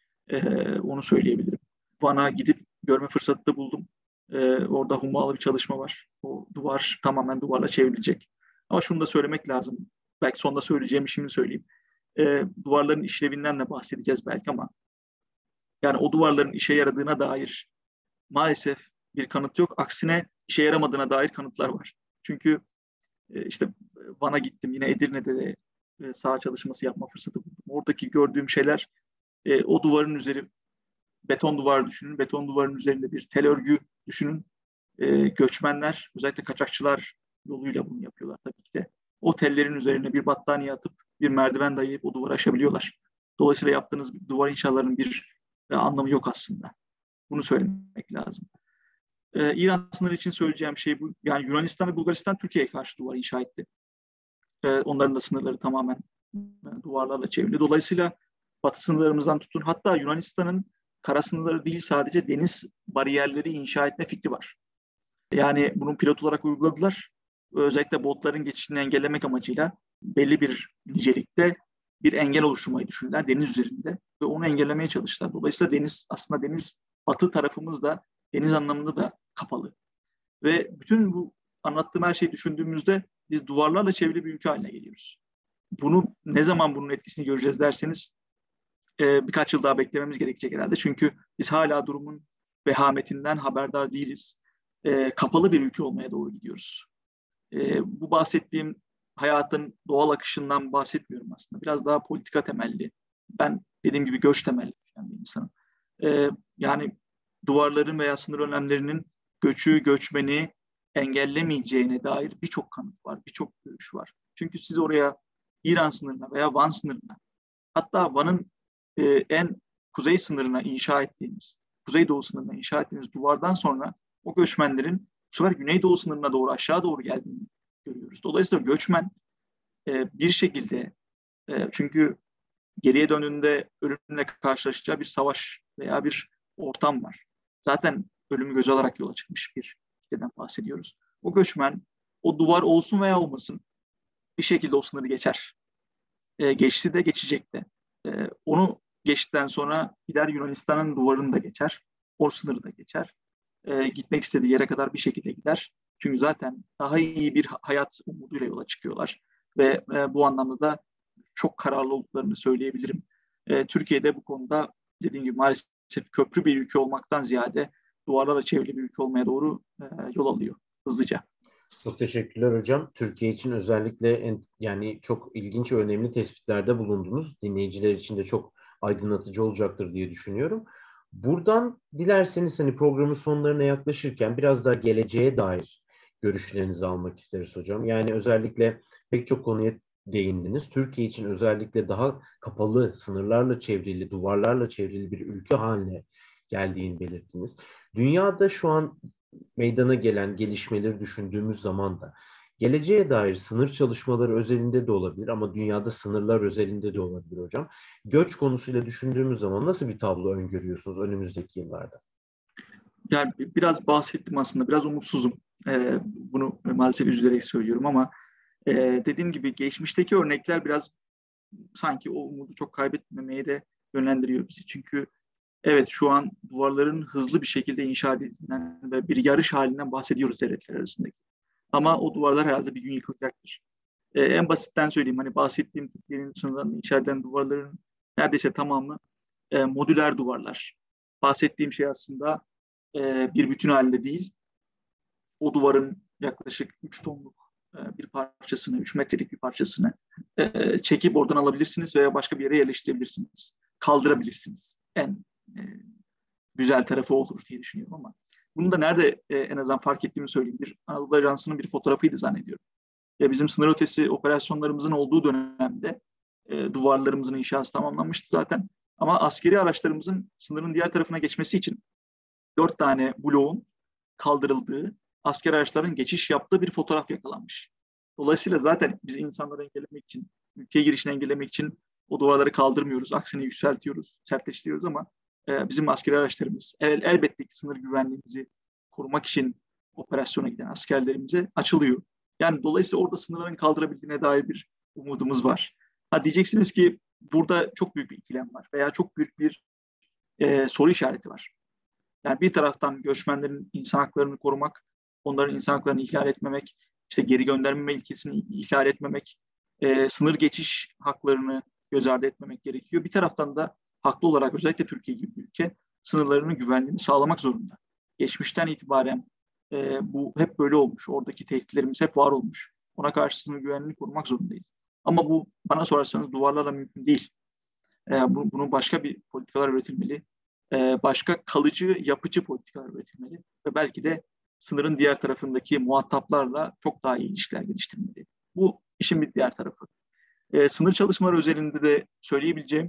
E, onu söyleyebilirim. Van'a gidip görme fırsatı da buldum. Ee, orada hummalı bir çalışma var. O duvar tamamen duvarla çevrilecek. Ama şunu da söylemek lazım. Belki sonunda söyleyeceğimi şimdi söyleyeyim. Ee, duvarların işlevinden de bahsedeceğiz belki ama yani o duvarların işe yaradığına dair maalesef bir kanıt yok. Aksine işe yaramadığına dair kanıtlar var. Çünkü e, işte Van'a gittim. Yine Edirne'de de e, saha çalışması yapma fırsatı buldum. Oradaki gördüğüm şeyler e, o duvarın üzeri beton duvar düşünün. Beton duvarın üzerinde bir tel örgü düşünün. E, göçmenler, özellikle kaçakçılar yoluyla bunu yapıyorlar tabii ki de. O tellerin üzerine bir battaniye atıp bir merdiven dayayıp o duvarı aşabiliyorlar. Dolayısıyla yaptığınız duvar inşalarının bir e, anlamı yok aslında. Bunu söylemek lazım. E, İran sınırı için söyleyeceğim şey bu. Yani Yunanistan ve Bulgaristan Türkiye'ye karşı duvar inşa etti. E, onların da sınırları tamamen e, duvarlarla çevrili. Dolayısıyla batı sınırlarımızdan tutun. Hatta Yunanistan'ın kara sınırları değil, sadece deniz bariyerleri inşa etme fikri var. Yani bunun pilot olarak uyguladılar. Özellikle botların geçişini engellemek amacıyla belli bir nicelikte bir engel oluşturmayı düşündüler deniz üzerinde ve onu engellemeye çalıştılar. Dolayısıyla deniz, aslında deniz batı tarafımız da deniz anlamında da kapalı. Ve bütün bu anlattığım her şeyi düşündüğümüzde biz duvarlarla çevrili bir ülke haline geliyoruz. Bunu ne zaman bunun etkisini göreceğiz derseniz e, birkaç yıl daha beklememiz gerekecek herhalde. Çünkü biz hala durumun vehametinden haberdar değiliz. E, kapalı bir ülke olmaya doğru gidiyoruz. E, bu bahsettiğim hayatın doğal akışından bahsetmiyorum aslında. Biraz daha politika temelli. Ben dediğim gibi göç temelli düşünen bir insanım. E, yani duvarların veya sınır önlemlerinin göçü, göçmeni engellemeyeceğine dair birçok kanıt var, birçok görüş var. Çünkü siz oraya İran sınırına veya Van sınırına, hatta Van'ın e, en kuzey sınırına inşa ettiğiniz, kuzeydoğu sınırına inşa ettiğiniz duvardan sonra o göçmenlerin bu sefer güneydoğu sınırına doğru, aşağı doğru geldiğini görüyoruz. Dolayısıyla göçmen e, bir şekilde e, çünkü geriye döndüğünde ölümle karşılaşacağı bir savaş veya bir ortam var. Zaten ölümü göze alarak yola çıkmış bir kitleden bahsediyoruz. O göçmen o duvar olsun veya olmasın bir şekilde o sınırı geçer. E, geçti de geçecek de. E, onu geçtikten sonra gider Yunanistan'ın duvarını da geçer. O sınırı da geçer. E, gitmek istediği yere kadar bir şekilde gider. Çünkü zaten daha iyi bir hayat umuduyla yola çıkıyorlar. Ve e, bu anlamda da çok kararlı olduklarını söyleyebilirim. E, Türkiye'de bu konuda dediğim gibi maalesef köprü bir ülke olmaktan ziyade duvarlarla çevrili bir ülke olmaya doğru e, yol alıyor hızlıca. Çok teşekkürler hocam. Türkiye için özellikle en, yani çok ilginç ve önemli tespitlerde bulundunuz. Dinleyiciler için de çok aydınlatıcı olacaktır diye düşünüyorum. Buradan dilerseniz hani programın sonlarına yaklaşırken biraz daha geleceğe dair görüşlerinizi almak isteriz hocam. Yani özellikle pek çok konuya değindiniz. Türkiye için özellikle daha kapalı, sınırlarla çevrili, duvarlarla çevrili bir ülke haline geldiğini belirttiniz. Dünyada şu an meydana gelen gelişmeleri düşündüğümüz zaman da geleceğe dair sınır çalışmaları özelinde de olabilir ama dünyada sınırlar özelinde de olabilir hocam. Göç konusuyla düşündüğümüz zaman nasıl bir tablo öngörüyorsunuz önümüzdeki yıllarda? Yani biraz bahsettim aslında, biraz umutsuzum. Ee, bunu maalesef üzülerek söylüyorum ama e, dediğim gibi geçmişteki örnekler biraz sanki o umudu çok kaybetmemeye de yönlendiriyor bizi. Çünkü evet, şu an duvarların hızlı bir şekilde inşa edildiğinden ve bir yarış halinden bahsediyoruz devletler arasındaki. Ama o duvarlar herhalde bir gün yıkılacaktır. Ee, en basitten söyleyeyim, hani bahsettiğim Türkiye'nin sınırlarını inşa eden duvarların neredeyse tamamı e, modüler duvarlar. bahsettiğim şey aslında e, bir bütün halinde değil. O duvarın yaklaşık üç tonluk e, bir parçasını, üç metrelik bir parçasını e, çekip oradan alabilirsiniz veya başka bir yere yerleştirebilirsiniz. Kaldırabilirsiniz. En e, güzel tarafı olur diye düşünüyorum ama bunu da nerede e, en azından fark ettiğimi söyleyeyim. Bir Anadolu Ajansı'nın bir fotoğrafıydı zannediyorum. Ya bizim sınır ötesi operasyonlarımızın olduğu dönemde e, duvarlarımızın inşası tamamlanmıştı zaten. Ama askeri araçlarımızın sınırın diğer tarafına geçmesi için dört tane bloğun kaldırıldığı, asker araçların geçiş yaptığı bir fotoğraf yakalanmış. Dolayısıyla zaten biz insanları engellemek için, ülkeye girişini engellemek için o duvarları kaldırmıyoruz. Aksine yükseltiyoruz, sertleştiriyoruz ama e, bizim askeri araçlarımız el, elbette ki sınır güvenliğimizi korumak için operasyona giden askerlerimize açılıyor. Yani dolayısıyla orada sınırların kaldırabildiğine dair bir umudumuz var. Ha diyeceksiniz ki burada çok büyük bir ikilem var veya çok büyük bir e, soru işareti var. Yani bir taraftan göçmenlerin insan haklarını korumak, onların insan haklarını ihlal etmemek, işte geri göndermeme ilkesini ihlal etmemek, e, sınır geçiş haklarını göz ardı etmemek gerekiyor. Bir taraftan da haklı olarak özellikle Türkiye gibi bir ülke sınırlarının güvenliğini sağlamak zorunda. Geçmişten itibaren e, bu hep böyle olmuş. Oradaki tehditlerimiz hep var olmuş. Ona karşı sınır güvenliğini korumak zorundayız. Ama bu bana sorarsanız duvarlarla mümkün değil. E, bu, bunun başka bir politikalar üretilmeli. E, başka kalıcı, yapıcı politikalar üretilmeli. Ve belki de sınırın diğer tarafındaki muhataplarla çok daha iyi ilişkiler geliştirilmeli. Bu işin bir diğer tarafı. E, sınır çalışmaları özelinde de söyleyebileceğim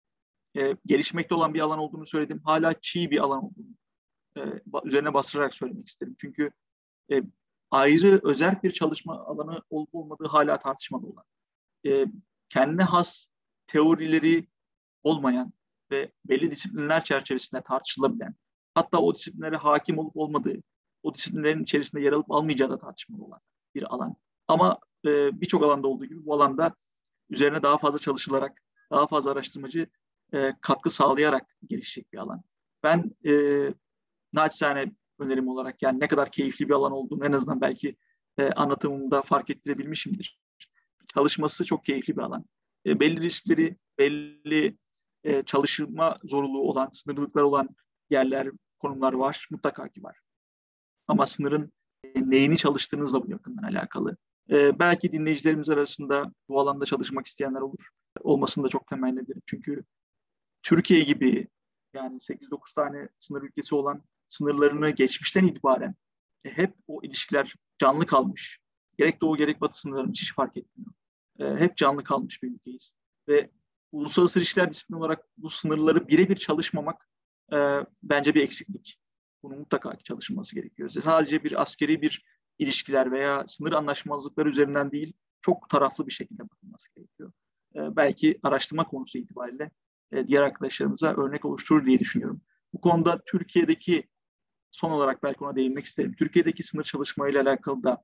e, gelişmekte olan bir alan olduğunu söyledim. Hala çiğ bir alan olduğunu e, üzerine bastırarak söylemek isterim. Çünkü e, ayrı, özel bir çalışma alanı olup olmadığı hala tartışmalı olan. E, kendine has teorileri olmayan ve belli disiplinler çerçevesinde tartışılabilen, hatta o disiplinlere hakim olup olmadığı, o disiplinlerin içerisinde yer alıp almayacağı da tartışmalı olan bir alan. Ama e, birçok alanda olduğu gibi bu alanda üzerine daha fazla çalışılarak, daha fazla araştırmacı e, katkı sağlayarak gelişecek bir alan. Ben e, naçizane önerim olarak yani ne kadar keyifli bir alan olduğunu en azından belki e, anlatımımda fark ettirebilmişimdir. Çalışması çok keyifli bir alan. E, belli riskleri, belli e, çalışma zorluğu olan, sınırlılıklar olan yerler, konumlar var. Mutlaka ki var. Ama sınırın e, neyini çalıştığınızla bu yakından alakalı. E, belki dinleyicilerimiz arasında bu alanda çalışmak isteyenler olur. Olmasını da çok temenni ederim. Çünkü Türkiye gibi yani sekiz dokuz tane sınır ülkesi olan sınırlarını geçmişten itibaren e, hep o ilişkiler canlı kalmış. Gerek doğu gerek batı sınırlarının hiç fark etmiyor. E, hep canlı kalmış bir ülkeyiz. Ve uluslararası ilişkiler disiplini olarak bu sınırları birebir çalışmamak e, bence bir eksiklik. Bunun mutlaka çalışılması gerekiyor. Sadece bir askeri bir ilişkiler veya sınır anlaşmazlıkları üzerinden değil, çok taraflı bir şekilde bakılması gerekiyor. E, belki araştırma konusu itibariyle e, diğer arkadaşlarımıza örnek oluşturur diye düşünüyorum. Bu konuda Türkiye'deki, son olarak belki ona değinmek isterim. Türkiye'deki sınır çalışmayla alakalı da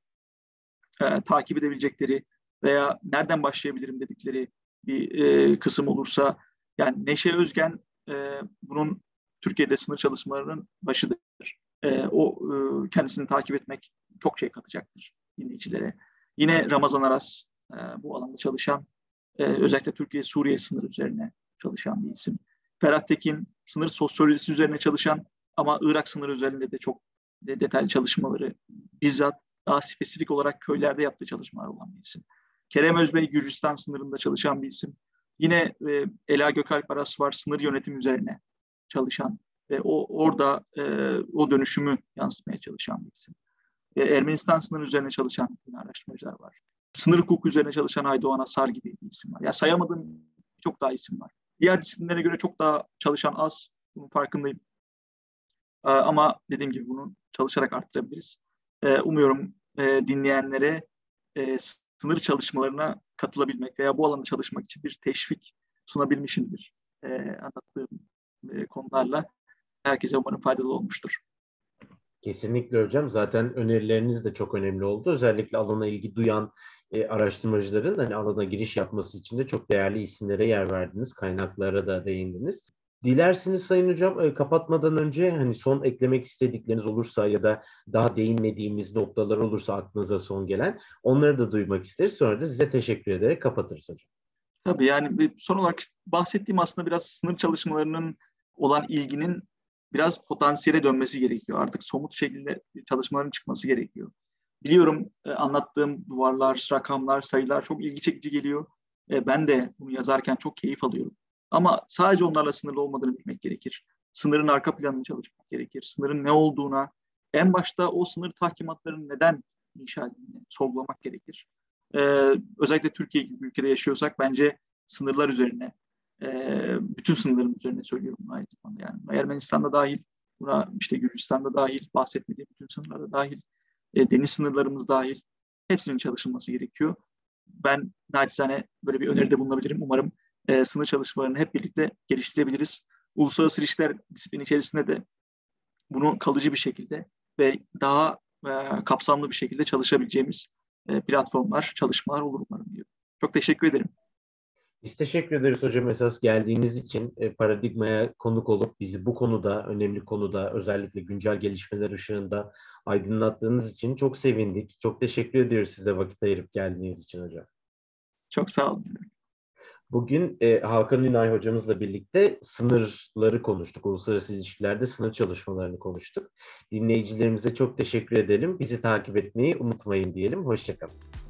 e, takip edebilecekleri veya nereden başlayabilirim dedikleri bir e, kısım olursa, yani Neşe Özgen e, bunun Türkiye'de sınır çalışmalarının başıdır. E, o e, kendisini takip etmek çok şey katacaktır dinleyicilere. Yine Ramazan Aras e, bu alanda çalışan, e, özellikle Türkiye-Suriye sınırı üzerine çalışan bir isim. Ferhat Tekin sınır sosyolojisi üzerine çalışan ama Irak sınırı üzerinde de çok de, detaylı çalışmaları, bizzat daha spesifik olarak köylerde yaptığı çalışmalar olan bir isim. Kerem Özbey Gürcistan sınırında çalışan bir isim. Yine e, Ela Gökalp Aras var, sınır yönetimi üzerine çalışan ve o orada e, o dönüşümü yansıtmaya çalışan bir isim. E, Ermenistan sınırı üzerine çalışan araştırmacılar var. Sınır hukuku üzerine çalışan Aydoğan Asar gibi bir isim var. Yani sayamadığım çok daha isim var. Diğer disiplinlere göre çok daha çalışan az, bunun farkındayım. E, ama dediğim gibi bunu çalışarak arttırabiliriz. E, umuyorum e, dinleyenlere e, sınır çalışmalarına katılabilmek veya bu alanda çalışmak için bir teşvik sunabilmişimdir. E, anlattığım e, konularla herkese umarım faydalı olmuştur. Kesinlikle hocam. Zaten önerileriniz de çok önemli oldu. Özellikle alana ilgi duyan e, araştırmacıların hani alana giriş yapması için de çok değerli isimlere yer verdiniz. Kaynaklara da değindiniz. Dilerseniz Sayın Hocam e, kapatmadan önce hani son eklemek istedikleriniz olursa ya da daha değinmediğimiz noktalar olursa aklınıza son gelen onları da duymak isteriz. Sonra da size teşekkür ederek kapatırız hocam. Tabii yani son olarak bahsettiğim aslında biraz sınır çalışmalarının olan ilginin biraz potansiyele dönmesi gerekiyor. Artık somut şekilde çalışmaların çıkması gerekiyor. Biliyorum e, anlattığım duvarlar, rakamlar, sayılar çok ilgi çekici geliyor. E, ben de bunu yazarken çok keyif alıyorum. Ama sadece onlarla sınırlı olmadığını bilmek gerekir. Sınırın arka planını çalışmak gerekir. Sınırın ne olduğuna, en başta o sınır tahkimatlarının neden inşa edildiğini sorgulamak gerekir. E, özellikle Türkiye gibi bir ülkede yaşıyorsak bence sınırlar üzerine, e, bütün sınırların üzerine söylüyorum aynı zamanda. Yani Ermenistan'da dahil, buna işte Gürcistan'da dahil, bahsetmediğim bütün sınırlarda dahil, e, deniz sınırlarımız dahil, hepsinin çalışılması gerekiyor. Ben naçizane böyle bir öneride bulunabilirim. Umarım e, sınır çalışmalarını hep birlikte geliştirebiliriz. Uluslararası ilişkiler disiplini içerisinde de bunu kalıcı bir şekilde ve daha e, kapsamlı bir şekilde çalışabileceğimiz e, platformlar, çalışmalar olur umarım diyorum. Çok teşekkür ederim. Biz teşekkür ederiz hocam esas geldiğiniz için, e, Paradigma'ya konuk olup bizi bu konuda, önemli konuda, özellikle güncel gelişmeler ışığında aydınlattığınız için çok sevindik. Çok teşekkür ediyoruz size vakit ayırıp geldiğiniz için hocam. Çok sağ olun. Bugün e, Hakan Ünay hocamızla birlikte sınırları konuştuk. Uluslararası ilişkilerde sınır çalışmalarını konuştuk. Dinleyicilerimize çok teşekkür edelim. Bizi takip etmeyi unutmayın diyelim. Hoşça kalın.